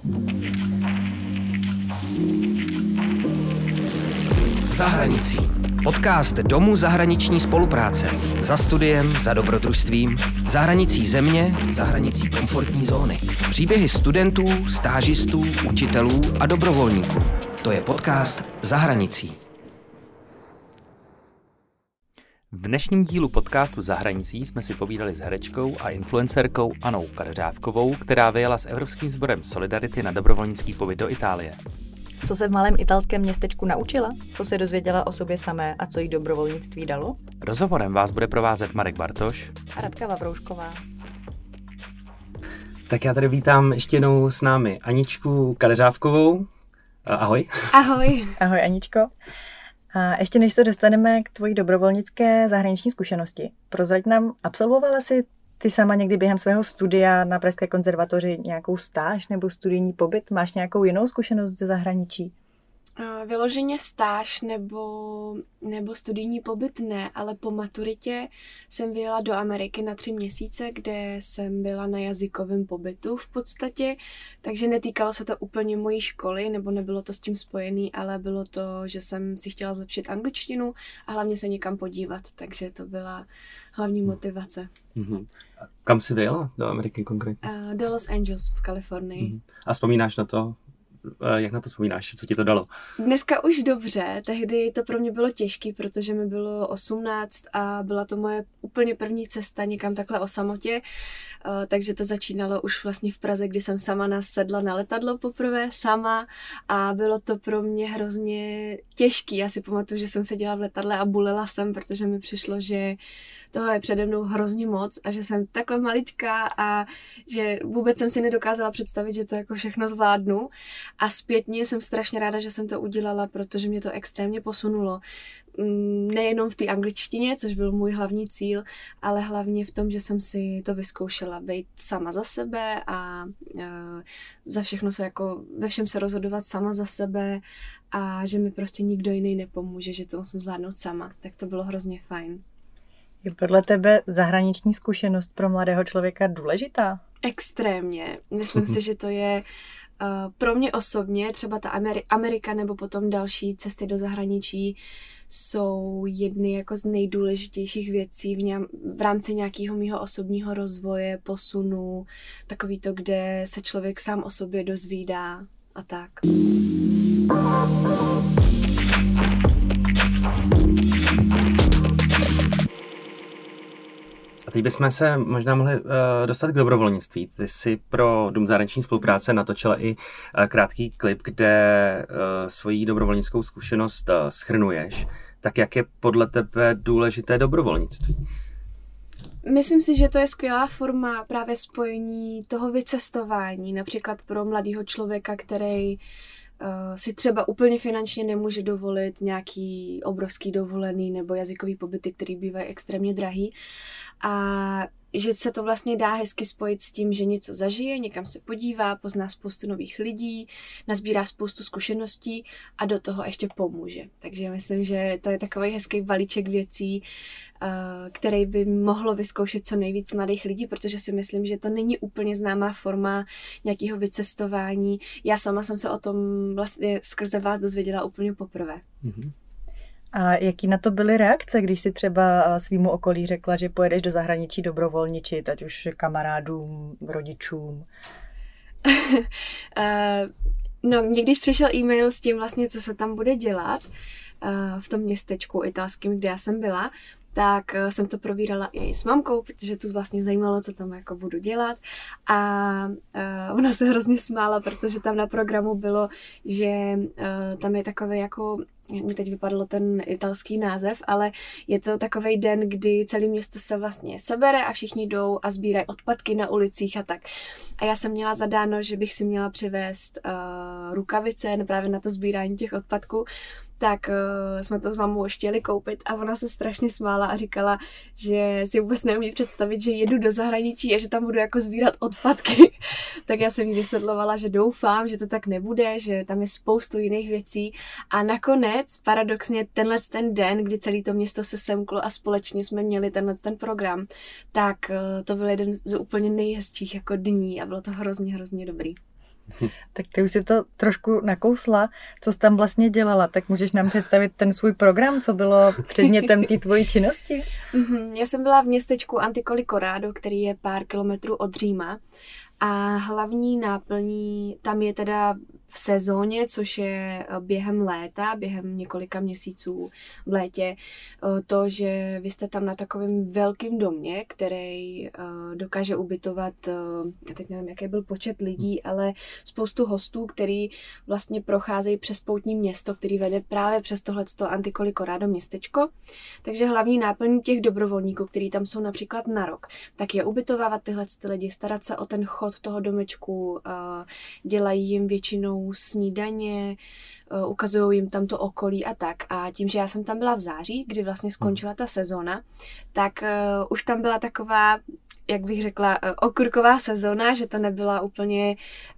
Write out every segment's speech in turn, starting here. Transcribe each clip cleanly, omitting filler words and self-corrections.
Za hranicí. Podcast Domu zahraniční spolupráce. Za studiem, za dobrodružstvím, za hranicí země, za hranicí komfortní zóny. Příběhy studentů, stážistů, učitelů a dobrovolníků. To je podcast Za hranicí. V dnešním dílu podcastu Za hranicí jsme si povídali s herečkou a influencerkou Annou Kadeřávkovou, která vyjela s Evropským sborem Solidarity na dobrovolnický pobyt do Itálie. Co se v malém italském městečku naučila? Co se dozvěděla o sobě samé a co jí dobrovolnictví dalo? Rozhovorem vás bude provázet Marek Bartoš A Radka Vavroušková. Tak já tady vítám ještě jednou s námi Aničku Kadeřávkovou. Ahoj. Ahoj. Ahoj Aničko. A ještě než se dostaneme k tvojí dobrovolnické zahraniční zkušenosti, prozrať nám, absolvovala jsi ty sama někdy během svého studia na Pražské konzervatoři nějakou stáž nebo studijní pobyt? Máš nějakou jinou zkušenost ze zahraničí? Vyloženě stáž nebo studijní pobyt ne, ale po maturitě jsem vyjela do Ameriky na 3 měsíce, kde jsem byla na jazykovém pobytu v podstatě, takže netýkalo se to úplně mojí školy, nebo nebylo to s tím spojený, ale bylo to, že jsem si chtěla zlepšit angličtinu a hlavně se někam podívat, takže to byla hlavní motivace. Mm-hmm. A kam jsi vyjela do Ameriky konkrétně? Do Los Angeles v Kalifornii. Mm-hmm. A vzpomínáš na to? Jak na to vzpomínáš? Co ti to dalo? Dneska už dobře, tehdy to pro mě bylo těžké, protože mi bylo 18 a byla to moje úplně první cesta někam takhle o samotě, takže to začínalo už vlastně v Praze, kdy jsem sama nasedla na letadlo poprvé sama a bylo to pro mě hrozně těžký. Já si pamatuju, že jsem seděla v letadle a bulela jsem, protože mi přišlo, že toho je přede mnou hrozně moc a že jsem takhle maličká a že vůbec jsem si nedokázala představit, že to jako všechno zvládnu. A zpětně jsem strašně ráda, že jsem to udělala, protože mě to extrémně posunulo. Nejenom v té angličtině, což byl můj hlavní cíl, ale hlavně v tom, že jsem si to vyzkoušela být sama za sebe a za všechno se jako ve všem se rozhodovat sama za sebe a že mi prostě nikdo jiný nepomůže, že to musím zvládnout sama. Tak to bylo hrozně fajn. Je podle tebe zahraniční zkušenost pro mladého člověka důležitá? Extrémně. Myslím si, že to je pro mě osobně, třeba ta Amerika nebo potom další cesty do zahraničí jsou jedny jako z nejdůležitějších věcí v rámci nějakého mýho osobního rozvoje, posunu, takový to, kde se člověk sám o sobě dozvídá a tak. A teď bychom se možná mohli dostat k dobrovolnictví. Ty jsi pro Dům zahraniční spolupráce natočila i krátký klip, kde svoji dobrovolnickou zkušenost shrnuješ. Tak jak je podle tebe důležité dobrovolnictví? Myslím si, že to je skvělá forma právě spojení toho vycestování, například pro mladého člověka, který si třeba úplně finančně nemůže dovolit nějaký obrovský dovolený nebo jazykový pobyty, který bývají extrémně drahý. A že se to vlastně dá hezky spojit s tím, že něco zažije, někam se podívá, pozná spoustu nových lidí, nazbírá spoustu zkušeností a do toho ještě pomůže. Takže myslím, že to je takový hezký balíček věcí, který by mohlo vyzkoušet co nejvíc mladých lidí, protože si myslím, že to není úplně známá forma nějakého vycestování. Já sama jsem se o tom vlastně skrze vás dozvěděla úplně poprvé. Mm-hmm. A jaký na to byly reakce, když si třeba svýmu okolí řekla, že pojedeš do zahraničí dobrovolničit, ať už kamarádům, rodičům? No, mě když přišel e-mail s tím vlastně, co se tam bude dělat v tom městečku italském, kde já jsem byla, tak jsem to probírala i s mamkou, protože tu vlastně zajímalo, co tam jako budu dělat a ona se hrozně smála, protože tam na programu bylo, že tam je takový jako, mi teď vypadlo ten italský název, ale je to takovej den, kdy celé město se vlastně sebere a všichni jdou a sbírají odpadky na ulicích a tak. A já jsem měla zadáno, že bych si měla přivést rukavice právě na to sbírání těch odpadků, tak jsme to s mamou chtěli koupit a ona se strašně smála a říkala, že si vůbec neumí představit, že jedu do zahraničí a že tam budu jako sbírat odpadky. Tak já jsem jí vysvětlovala, že doufám, že to tak nebude, že tam je spoustu jiných věcí a nakonec paradoxně tenhle ten den, kdy celé to město se semklo a společně jsme měli ten program, tak to byl jeden z úplně nejhezčích jako dní a bylo to hrozně dobrý. Tak ty už si to trošku nakousla, co jsi tam vlastně dělala, tak můžeš nám představit ten svůj program, co bylo předmětem té tvojí činnosti? Já jsem byla v městečku Anticoli Corrado, který je pár kilometrů od Říma a hlavní náplní tam je teda v sezóně, což je během léta, během několika měsíců v létě, to, že vy jste tam na takovém velkém domě, který dokáže ubytovat, já teď nevím, jaký byl počet lidí, ale spoustu hostů, který vlastně procházejí přes poutní město, který vede právě přes tohleto Anticoli Corrado městečko. Takže hlavní náplní těch dobrovolníků, kteří tam jsou například na rok, tak je ubytovávat tyhle lidi, starat se o ten chod toho domečku, dělají jim většinou snídaně, ukazují jim tam to okolí a tak. A tím, že já jsem tam byla v září, kdy vlastně skončila ta sezona, tak už tam byla taková, jak bych řekla, okurková sezona, že to nebyla úplně,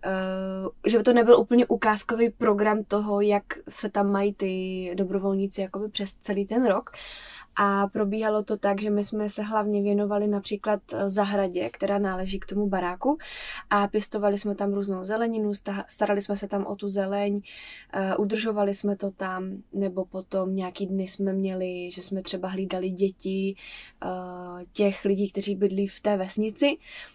že to nebyl úplně ukázkový program toho, jak se tam mají ty dobrovolníci jakoby přes celý ten rok. A probíhalo to tak, že my jsme se hlavně věnovali například zahradě, která náleží k tomu baráku a pěstovali jsme tam různou zeleninu, starali jsme se tam o tu zeleň, udržovali jsme to tam, nebo potom nějaký dny jsme měli, že jsme třeba hlídali děti těch lidí, kteří bydlí v té vesnici,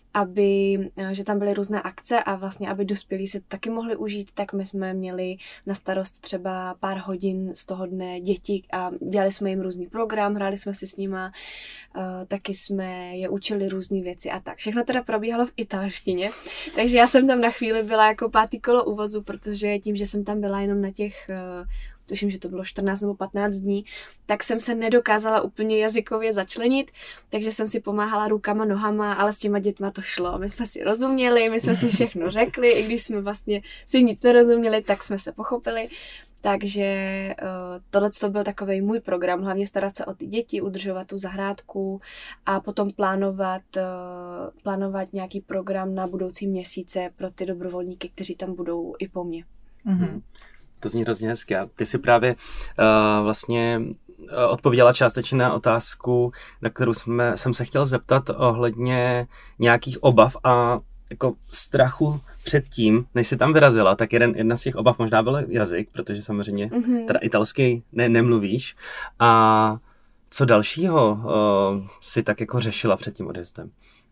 že tam byly různé akce a vlastně, aby dospělí se taky mohli užít, tak my jsme měli na starost třeba pár hodin z toho dne děti a dělali jsme jim různý program, hráli jsme si s nima, taky jsme je učili různé věci a tak. Všechno teda probíhalo v italštině, takže já jsem tam na chvíli byla jako pátý kolo uvozu, protože tím, že jsem tam byla jenom na těch tuším, že to bylo 14 nebo 15 dní, tak jsem se nedokázala úplně jazykově začlenit, takže jsem si pomáhala rukama, nohama, ale s těma dětma to šlo. My jsme si rozuměli, my jsme si všechno řekli, i když jsme vlastně si nic nerozuměli, tak jsme se pochopili. Takže tohle byl takovej můj program, hlavně starat se o ty děti, udržovat tu zahrádku a potom plánovat nějaký program na budoucí měsíce pro ty dobrovolníky, kteří tam budou i po mně. Mm-hmm. To zní hrozně hezky. Ty si právě vlastně odpověděla částečně na otázku, na kterou jsem se chtěl zeptat ohledně nějakých obav a jako strachu před tím, než jsi tam vyrazila, tak jedna z těch obav možná byl jazyk, protože samozřejmě teda italsky nemluvíš. A co dalšího si tak jako řešila před tím odjezdem?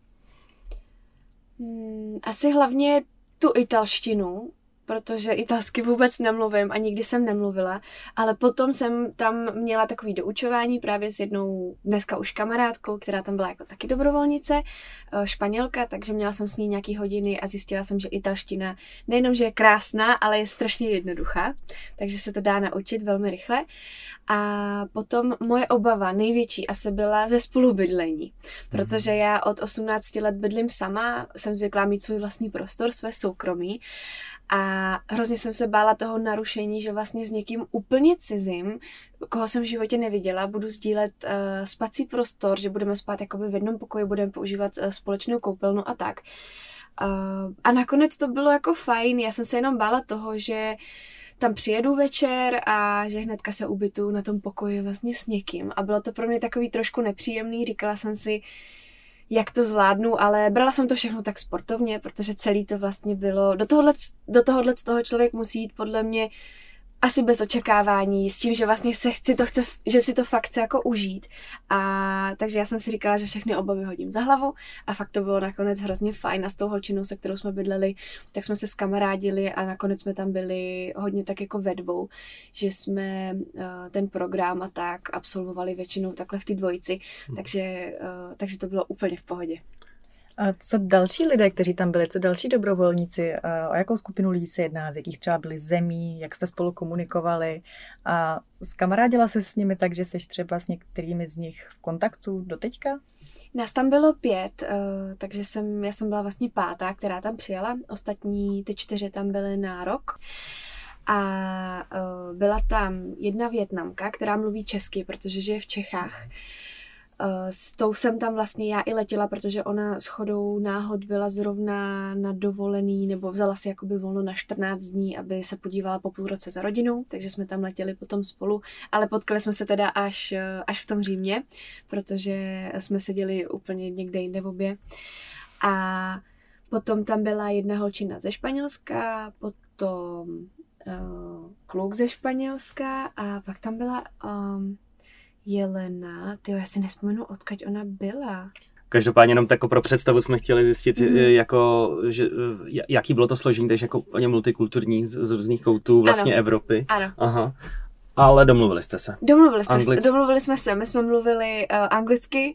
Asi hlavně tu italštinu, protože italsky vůbec nemluvím a nikdy jsem nemluvila, ale potom jsem tam měla takový doučování právě s jednou dneska už kamarádkou, která tam byla jako taky dobrovolnice, Španělka, takže měla jsem s ní nějaký hodiny a zjistila jsem, že italština nejenom, že je krásná, ale je strašně jednoduchá, takže se to dá naučit velmi rychle. A potom moje obava největší asi byla ze spolubydlení, protože já od 18 let bydlím sama, jsem zvyklá mít svůj vlastní prostor, své soukromí a hrozně jsem se bála toho narušení, že vlastně s někým úplně cizím, koho jsem v životě neviděla, budu sdílet spací prostor, že budeme spát jakoby v jednom pokoji, budeme používat společnou koupelnu a tak. A nakonec to bylo jako fajn, já jsem se jenom bála toho, že tam přijedu večer a že hnedka se ubytuju na tom pokoji vlastně s někým. A bylo to pro mě takový trošku nepříjemný, říkala jsem si, jak to zvládnu, ale brala jsem to všechno tak sportovně, protože celý to vlastně bylo, do tohohle z toho člověk musí jít podle mě asi bez očekávání, s tím, že vlastně že si to fakt chce jako užít. A takže já jsem si říkala, že všechny obavy hodím za hlavu a fakt to bylo nakonec hrozně fajn a s tou holčinou, se kterou jsme bydleli, tak jsme se skamarádili a nakonec jsme tam byli hodně tak jako ve dvou, že jsme ten program a tak absolvovali většinou takhle v té dvojici, takže to bylo úplně v pohodě. A co další lidé, kteří tam byli, co další dobrovolníci, o jakou skupinu lidí se jedná, z jakých třeba byli zemí, jak jste spolu komunikovali a zkamarádila se s nimi tak, že jsi třeba s některými z nich v kontaktu doteďka? Nás tam bylo 5, takže já jsem byla vlastně 5., která tam přijela, ostatní ty 4 tam byly na rok. A byla tam jedna Vietnamka, která mluví česky, protože žije v Čechách. S tou jsem tam vlastně já i letěla, protože ona shodou náhod byla zrovna na dovolený, nebo vzala si jakoby volno na 14 dní, aby se podívala po půl roce za rodinou, takže jsme tam letěli potom spolu, ale potkali jsme se teda až v tom Římě, protože jsme seděli úplně někde jinde v obě. A Potom tam byla jedna holčina ze Španělska, potom kluk ze Španělska a pak tam byla Jelena. Já si nespomenu, odkud ona byla. Každopádně jenom tak pro představu jsme chtěli zjistit, jaký bylo to složení, takže jako úplně multikulturní z různých koutů vlastně Evropy. Ano. Aha. Ale domluvili jste se. Domluvili jsme se. My jsme mluvili anglicky.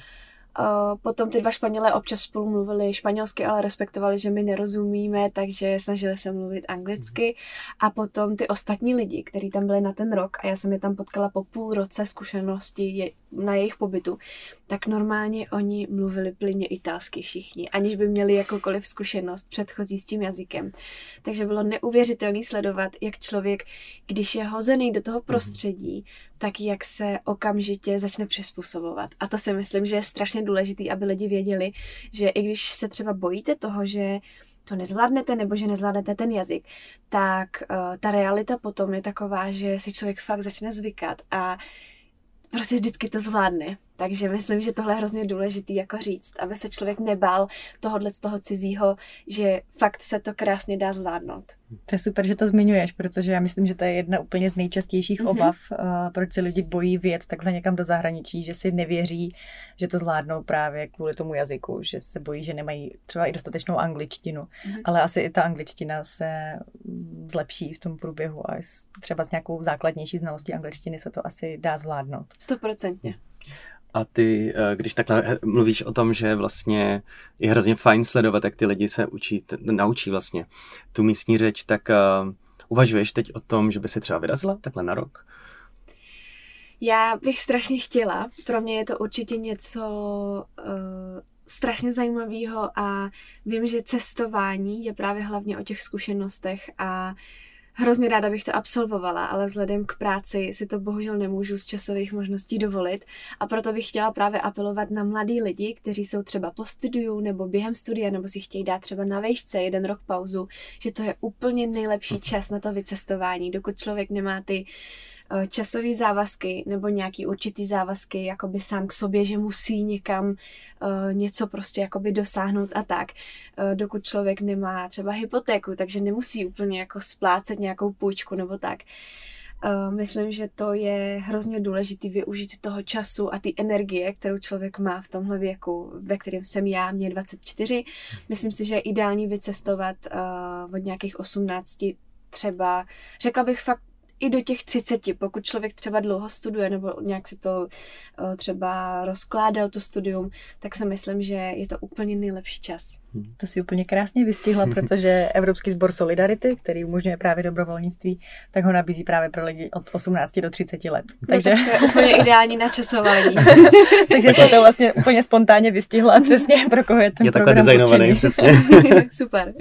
Potom ty dva Španělé občas spolu mluvili španělsky, ale respektovali, že my nerozumíme, takže snažili se mluvit anglicky. A potom ty ostatní lidi, kteří tam byli na ten rok, a já jsem je tam potkala po půl roce zkušenosti na jejich pobytu, tak normálně oni mluvili plynně italsky všichni, aniž by měli jakoukoliv zkušenost předchozí s tím jazykem. Takže bylo neuvěřitelné sledovat, jak člověk, když je hozený do toho prostředí, tak jak se okamžitě začne přizpůsobovat. A to si myslím, že je strašně důležitý, aby lidi věděli, že i když se třeba bojíte toho, že to nezvládnete nebo že nezvládnete ten jazyk, tak ta realita potom je taková, že si člověk fakt začne zvykat a prostě vždycky to zvládne. Takže myslím, že tohle je hrozně důležitý jako říct, aby se člověk nebál z toho cizího, že fakt se to krásně dá zvládnout. To je super, že to zmiňuješ, protože já myslím, že to je jedna úplně z nejčastějších obav, proč se lidi bojí vyjet takhle někam do zahraničí, že si nevěří, že to zvládnou právě kvůli tomu jazyku, že se bojí, že nemají třeba i dostatečnou angličtinu, ale asi i ta angličtina se zlepší v tom průběhu a třeba s nějakou základnější znalostí angličtiny se to asi dá zvládnout. 100%. A ty, když takhle mluvíš o tom, že vlastně je hrozně fajn sledovat, jak ty lidi se naučí vlastně tu místní řeč, tak uvažuješ teď o tom, že by si třeba vyrazila takhle na rok? Já bych strašně chtěla. Pro mě je to určitě něco strašně zajímavého a vím, že cestování je právě hlavně o těch zkušenostech a hrozně ráda bych to absolvovala, ale vzhledem k práci si to bohužel nemůžu z časových možností dovolit a proto bych chtěla právě apelovat na mladý lidi, kteří jsou třeba po studiu nebo během studia nebo si chtějí dát třeba na vejšce 1 rok pauzu, že to je úplně nejlepší čas na to vycestování, dokud člověk nemá ty časové závazky nebo nějaký určitý závazky jakoby sám k sobě, že musí někam něco prostě jakoby dosáhnout a tak. Dokud člověk nemá třeba hypotéku, takže nemusí úplně jako splácet nějakou půjčku nebo tak. Myslím, že to je hrozně důležité využít toho času a ty energie, kterou člověk má v tomhle věku, ve kterém jsem já, mě 24. Myslím si, že je ideální vycestovat od nějakých 18 třeba, řekla bych fakt i do těch 30, pokud člověk třeba dlouho studuje nebo nějak si to třeba rozkládal to studium, tak si myslím, že je to úplně nejlepší čas. To si úplně krásně vystihla, protože Evropský sbor Solidarity, který umožňuje právě dobrovolnictví, tak ho nabízí právě pro lidi od 18 do 30 let. Takže to je úplně ideální načasování. Takže se to vlastně úplně spontánně vystihla přesně, pro koho je ten program takhle designovaný, přesně. Super.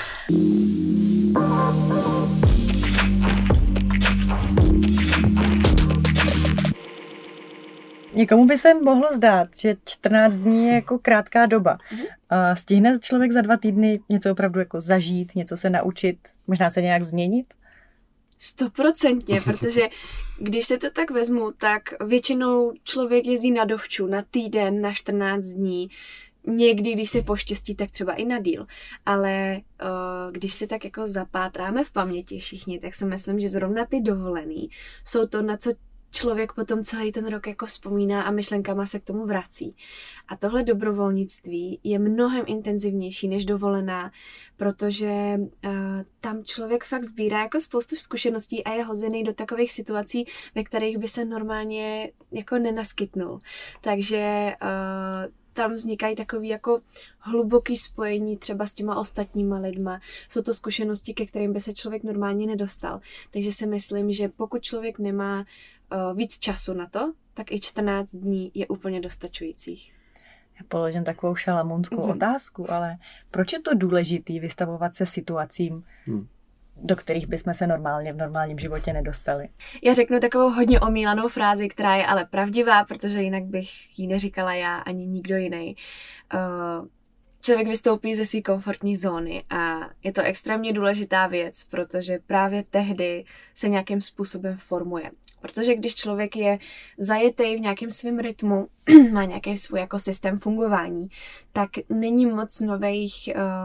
Někomu by se mohlo zdát, že 14 dní je jako krátká doba. Stihne člověk za 2 týdny něco opravdu jako zažít, něco se naučit, možná se nějak změnit? 100%, protože když se to tak vezmu, tak většinou člověk jezdí na dovču, na týden, na 14 dní, někdy, když se poštěstí, tak třeba i na díl. Ale když si tak jako zapátráme v paměti všichni, tak si myslím, že zrovna ty dovolený jsou to, na co člověk potom celý ten rok jako vzpomíná a myšlenkama se k tomu vrací. A tohle dobrovolnictví je mnohem intenzivnější než dovolená, protože tam člověk fakt sbírá jako spoustu zkušeností a je hozený do takových situací, ve kterých by se normálně jako nenaskytnul. Takže tam vznikají takový jako hluboký spojení třeba s těma ostatníma lidma. Jsou to zkušenosti, ke kterým by se člověk normálně nedostal. Takže si myslím, že pokud člověk nemá víc času na to, tak i 14 dní je úplně dostačujících. Já položím takovou šalamounskou otázku, ale proč je to důležité vystavovat se situacím, do kterých bychom se normálně v normálním životě nedostali? Já řeknu takovou hodně omílanou frázi, která je ale pravdivá, protože jinak bych ji neříkala já ani nikdo jiný. Člověk vystoupí ze své komfortní zóny a je to extrémně důležitá věc, protože právě tehdy se nějakým způsobem formuje. Protože když člověk je zajetý v nějakém svém rytmu, má nějaký svůj jako systém fungování, tak není moc nových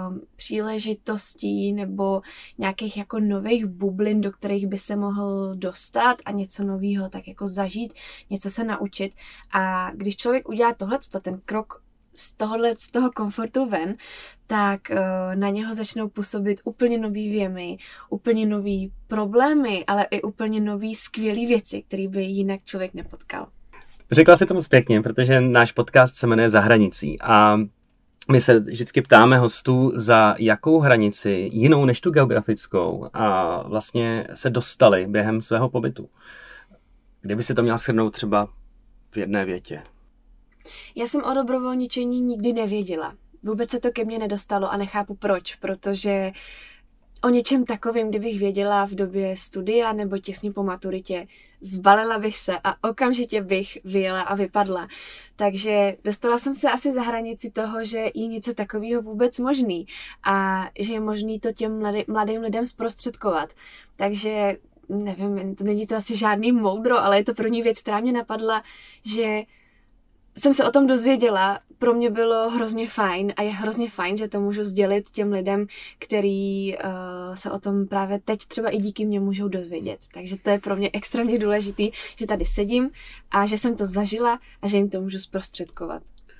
příležitostí nebo nějakých jako nových bublin, do kterých by se mohl dostat a něco nového tak jako zažít, něco se naučit. A když člověk udělá tohleto, ten krok z toho komfortu ven, tak na něho začnou působit úplně nový věmy, úplně nový problémy, ale i úplně nový skvělý věci, které by jinak člověk nepotkal. Řekla si to moc pěkně, protože náš podcast se jmenuje Za hranicí a my se vždycky ptáme hostů, za jakou hranici, jinou než tu geografickou, a vlastně se dostali během svého pobytu. Kdyby si to měla shrnout třeba v jedné větě. Já jsem o dobrovolničení nikdy nevěděla. Vůbec se to ke mně nedostalo a nechápu proč, protože o něčem takovým, kdybych věděla v době studia nebo těsně po maturitě, zbalila bych se a okamžitě bych vyjela a vypadla. Takže dostala jsem se asi za hranici toho, že je něco takového vůbec možný a že je možný to těm mladým lidem zprostředkovat. Takže nevím, to není to asi žádný moudro, ale je to první věc, která mě napadla, že jsem se o tom dozvěděla, pro mě bylo hrozně fajn a je hrozně fajn, že to můžu sdělit těm lidem, který se o tom právě teď třeba i díky mně můžou dozvědět. Takže to je pro mě extrémně důležitý, že tady sedím a že jsem to zažila a že jim to můžu zprostředkovat.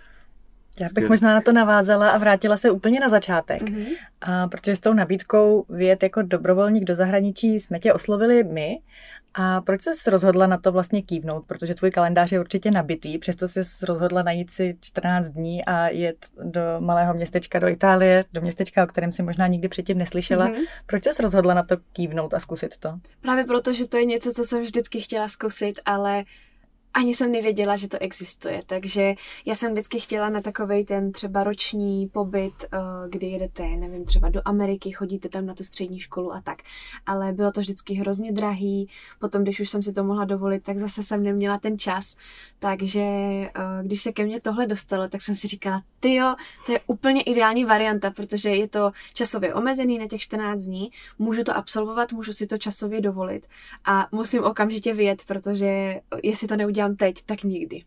Já bych možná na to navázala a vrátila se úplně na začátek, protože s tou nabídkou vyjet jako dobrovolník do zahraničí jsme tě oslovili my. A proč ses rozhodla na to vlastně kývnout? Protože tvůj kalendář je určitě nabitý, přesto ses rozhodla najít si 14 dní a jet do malého městečka do Itálie, do městečka, o kterém si možná nikdy předtím neslyšela. Proč ses rozhodla na to kývnout a zkusit to? Právě proto, že to je něco, co jsem vždycky chtěla zkusit, ale ani jsem nevěděla, že to existuje, takže já jsem vždycky chtěla na takovej ten třeba roční pobyt, kdy jedete, nevím, třeba do Ameriky, chodíte tam na tu střední školu a tak, ale bylo to vždycky hrozně drahý, potom, když už jsem si to mohla dovolit, tak zase jsem neměla ten čas, takže když se ke mně tohle dostalo, tak jsem si říkala, tyjo, to je úplně ideální varianta, protože je to časově omezený na těch 14 dní, můžu to absolvovat, můžu si to časově dovolit a musím okamžitě vyjet, protože jestli to neudělám teď, tak nikdy.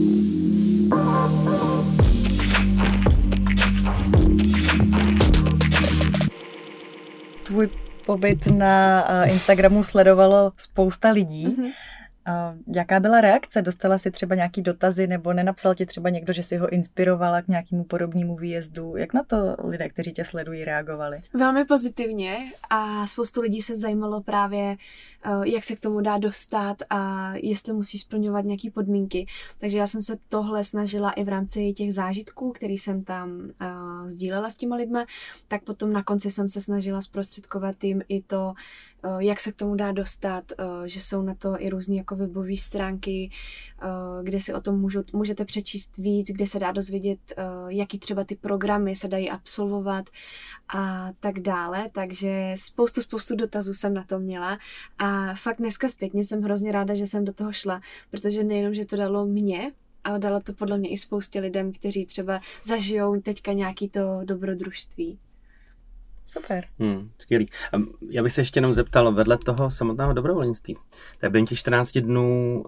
Tvůj pobyt na Instagramu sledovalo spousta lidí. Jaká byla reakce? Dostala si třeba nějaký dotazy nebo nenapsal ti třeba někdo, že si ho inspirovala k nějakému podobnému výjezdu? Jak na to lidé, kteří tě sledují, reagovali? Velmi pozitivně a spoustu lidí se zajímalo právě, jak se k tomu dá dostat a jestli musí splňovat nějaké podmínky. Takže já jsem se tohle snažila i v rámci těch zážitků, který jsem tam sdílela s těma lidma, tak potom na konci jsem se snažila zprostředkovat jim i to, jak se k tomu dá dostat, že jsou na to i různý jako webové stránky, kde si o tom můžete přečíst víc, kde se dá dozvědět, jaký třeba ty programy se dají absolvovat a tak dále, takže spoustu dotazů jsem na to měla a fakt dneska zpětně jsem hrozně ráda, že jsem do toho šla, protože nejenom, že to dalo mě, ale dalo to podle mě i spoustě lidem, kteří třeba zažijou teďka nějaký to dobrodružství. Super. Skvělý. Já bych se ještě jenom zeptal, vedle toho samotného dobrovolnictví, tak během těch 14 dnů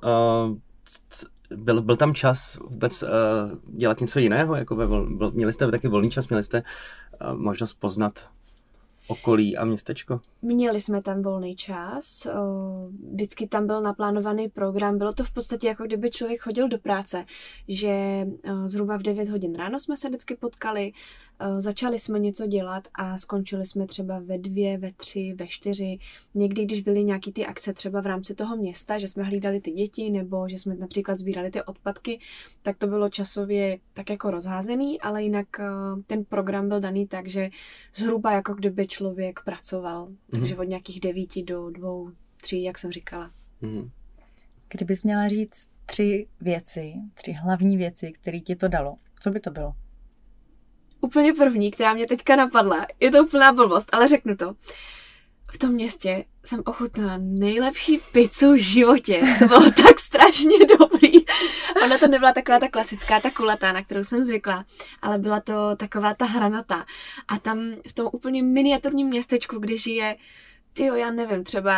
byl tam čas vůbec dělat něco jiného? Jako měli jste taky volný čas, měli jste možnost poznat okolí a městečko? Měli jsme tam volný čas, vždycky tam byl naplánovaný program, bylo to v podstatě jako kdyby člověk chodil do práce, že zhruba v 9 hodin ráno jsme se vždycky potkali, začali jsme něco dělat a skončili jsme třeba ve 2, ve 3, ve 4. Někdy, když byly nějaký ty akce třeba v rámci toho města, že jsme hlídali ty děti nebo že jsme například sbírali ty odpadky, tak to bylo časově tak jako rozházený, ale jinak ten program byl daný tak, že zhruba jako kdyby člověk pracoval. Takže od nějakých 9 do 2, 3, jak jsem říkala. Kdybys měla říct 3 hlavní věci, které ti to dalo, co by to bylo? Úplně první, která mě teďka napadla, je to úplná blbost, ale řeknu to. V tom městě jsem ochutnala nejlepší pizzu v životě. To bylo tak strašně dobrý. Ona to nebyla taková ta klasická, ta kulatá, na kterou jsem zvykla, ale byla to taková ta hranatá. A tam v tom úplně miniaturním městečku, kde žije, já nevím, třeba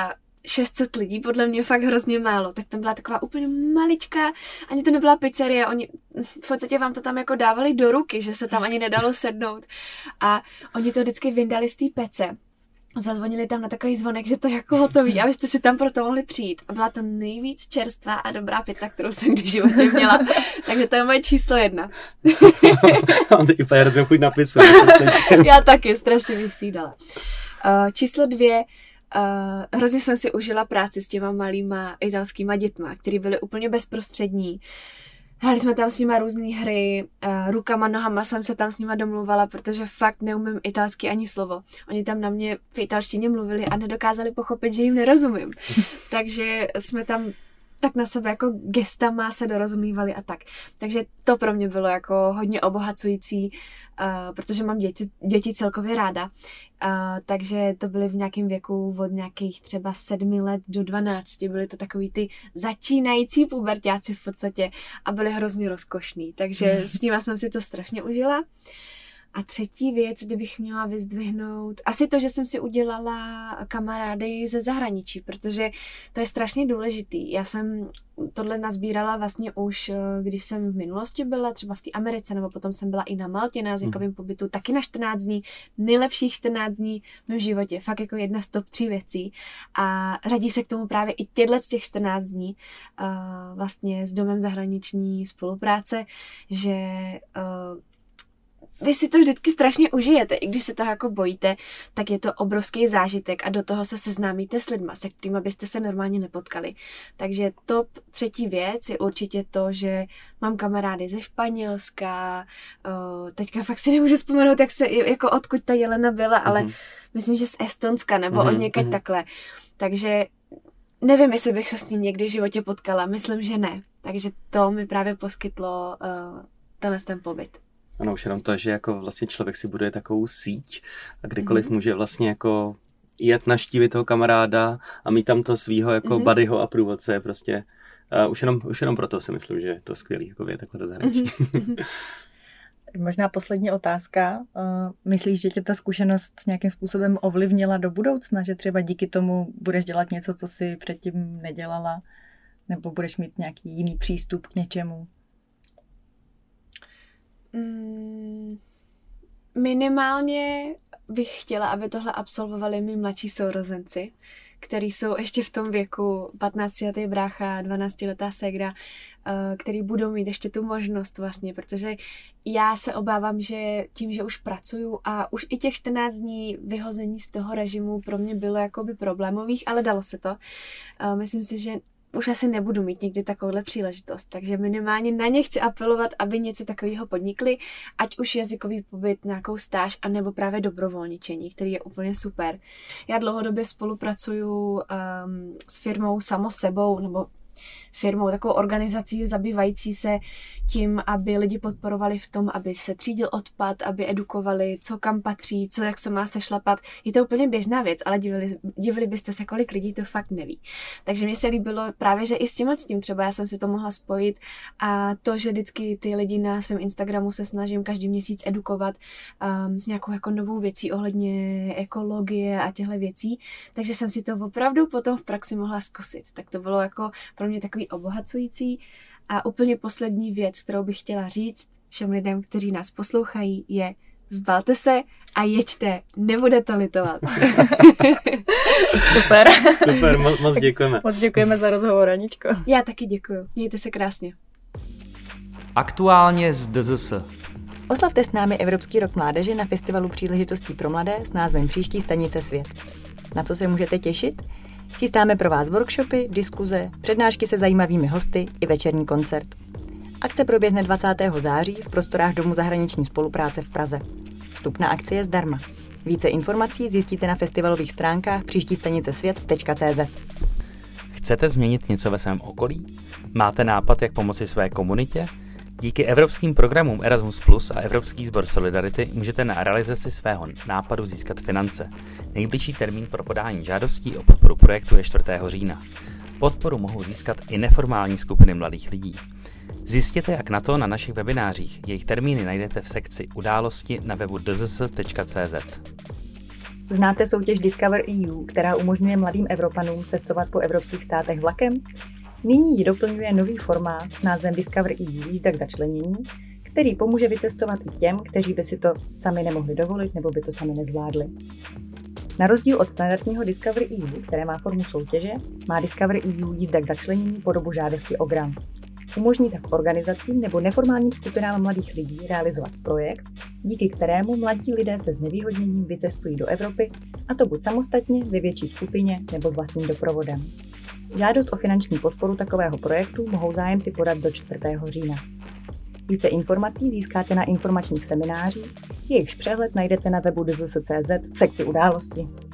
600 lidí, podle mě fakt hrozně málo, tak tam byla taková úplně maličká, ani to nebyla pizzeria, oni v podstatě vám to tam jako dávali do ruky, že se tam ani nedalo sednout a oni to vždycky vyndali z té pece. Zazvonili tam na takový zvonek, že to je jako hotový, abyste si tam proto mohli přijít. A byla to nejvíc čerstvá a dobrá pizza, kterou jsem kdy v životě měla. Takže to je moje číslo 1. Mám teď úplně hrozně chuť na pizzu. Já taky, strašně bych si jí dala. Číslo 2. Hrozně jsem si užila práci s těma malýma italskýma dětma, který byly úplně bezprostřední. Hráli jsme tam s nima různé hry, rukama, nohama jsem se tam s nima domluvala, protože fakt neumím italsky ani slovo. Oni tam na mě v italštině mluvili a nedokázali pochopit, že jim nerozumím. Takže jsme tam tak na sebe jako gestama se dorozumívali a tak. Takže to pro mě bylo jako hodně obohacující, protože mám děti celkově ráda. Takže to byly v nějakém věku od nějakých třeba 7 let do 12. Byly to takový ty začínající puberťáci v podstatě a byly hrozně rozkošný. Takže s nima jsem si to strašně užila. A třetí věc, kdybych měla vyzdvihnout, asi to, že jsem si udělala kamarády ze zahraničí, protože to je strašně důležitý. Já jsem tohle nazbírala vlastně už, když jsem v minulosti byla třeba v té Americe, nebo potom jsem byla i na Maltě na jazykovém pobytu, taky na 14 dní, nejlepších 14 dní v mém životě, fakt jako jedna z top 3 věcí. A řadí se k tomu právě i z těch 14 dní vlastně s Domem zahraniční spolupráce, že vy si to vždycky strašně užijete, i když se toho jako bojíte, tak je to obrovský zážitek a do toho se seznámíte s lidma, se kterými byste se normálně nepotkali. Takže top 3. věc je určitě to, že mám kamarády ze Španělska, teďka fakt si nemůžu vzpomenout, jako odkud ta Jelena byla, ale myslím, že z Estonska nebo od někaď takhle. Takže nevím, jestli bych se s ním někdy v životě potkala, myslím, že ne. Takže to mi právě poskytlo ten pobyt. Ano, už jenom to, že jako vlastně člověk si buduje takovou síť a kdykoliv může vlastně jako jet navštívit toho kamaráda a mít tam to svýho jako buddyho a průvodce je prostě, už jenom proto si myslím, že je to skvělý jako vědět takhle do zahraničí. Možná poslední otázka. Myslíš, že tě ta zkušenost nějakým způsobem ovlivnila do budoucna, že třeba díky tomu budeš dělat něco, co jsi předtím nedělala, nebo budeš mít nějaký jiný přístup k něčemu? Minimálně bych chtěla, aby tohle absolvovali mý mladší sourozenci, který jsou ještě v tom věku 15letý brácha, 12letá ségra, který budou mít ještě tu možnost vlastně, protože já se obávám, že tím, že už pracuju a už i těch 14 dní vyhození z toho režimu pro mě bylo jakoby problémových, ale dalo se to. Myslím si, že už asi nebudu mít někdy takovouhle příležitost, takže minimálně na ně chci apelovat, aby něco takového podnikli, ať už jazykový pobyt, nějakou stáž, anebo právě dobrovolničení, který je úplně super. Já dlouhodobě spolupracuju s firmou Samo sebou, nebo firmou, takovou organizací zabývající se tím, aby lidi podporovali v tom, aby se třídil odpad, aby edukovali, co kam patří, co jak se má sešlapat. Je to úplně běžná věc, ale divili byste se, kolik lidí to fakt neví. Takže mně se líbilo právě, že i s tím třeba já jsem si to mohla spojit a to, že vždycky ty lidi na svém Instagramu se snažím každý měsíc edukovat s nějakou jako novou věcí ohledně ekologie a těchto věcí, takže jsem si to opravdu potom v praxi mohla zkusit. Tak to bylo jako pro mě takový obohacující. A úplně poslední věc, kterou bych chtěla říct všem lidem, kteří nás poslouchají, je: zbalte se a jeďte, nebudete litovat. Super. Super, moc děkujeme. Moc děkujeme za rozhovor, Aničko. Já taky děkuju. Mějte se krásně. Aktuálně z DZS. Oslavte s námi Evropský rok mládeže na festivalu příležitostí pro mladé s názvem Příští stanice svět. Na co se můžete těšit? Chystáme pro vás workshopy, diskuze, přednášky se zajímavými hosty i večerní koncert. Akce proběhne 20. září v prostorách Domu zahraniční spolupráce v Praze. Vstup na akci je zdarma. Více informací zjistíte na festivalových stránkách příštístanicesvět.cz. Chcete změnit něco ve svém okolí? Máte nápad, jak pomoci své komunitě? Díky evropským programům Erasmus Plus a Evropský sbor Solidarity můžete na realizaci svého nápadu získat finance. Nejbližší termín pro podání žádostí o podporu projektu je 4. října. Podporu mohou získat i neformální skupiny mladých lidí. Zjistěte, jak na to na našich webinářích. Jejich termíny najdete v sekci Události na webu dzs.cz. Znáte soutěž Discover EU, která umožňuje mladým Evropanům cestovat po evropských státech vlakem? Nyní ji doplňuje nový formát s názvem Discover EU jízda k začlenění, který pomůže vycestovat i těm, kteří by si to sami nemohli dovolit nebo by to sami nezvládli. Na rozdíl od standardního Discover EU, které má formu soutěže, má Discover EU jízda k začlenění podobu žádosti o grant. Umožní tak organizacím nebo neformálním skupinám mladých lidí realizovat projekt, díky kterému mladí lidé se znevýhodněním vycestují do Evropy, a to buď samostatně, ve větší skupině nebo s vlastním doprovodem. Žádost o finanční podporu takového projektu mohou zájemci podat do 4. října. Více informací získáte na informačních seminářích, jejichž přehled najdete na webu DZS.cz v sekci události.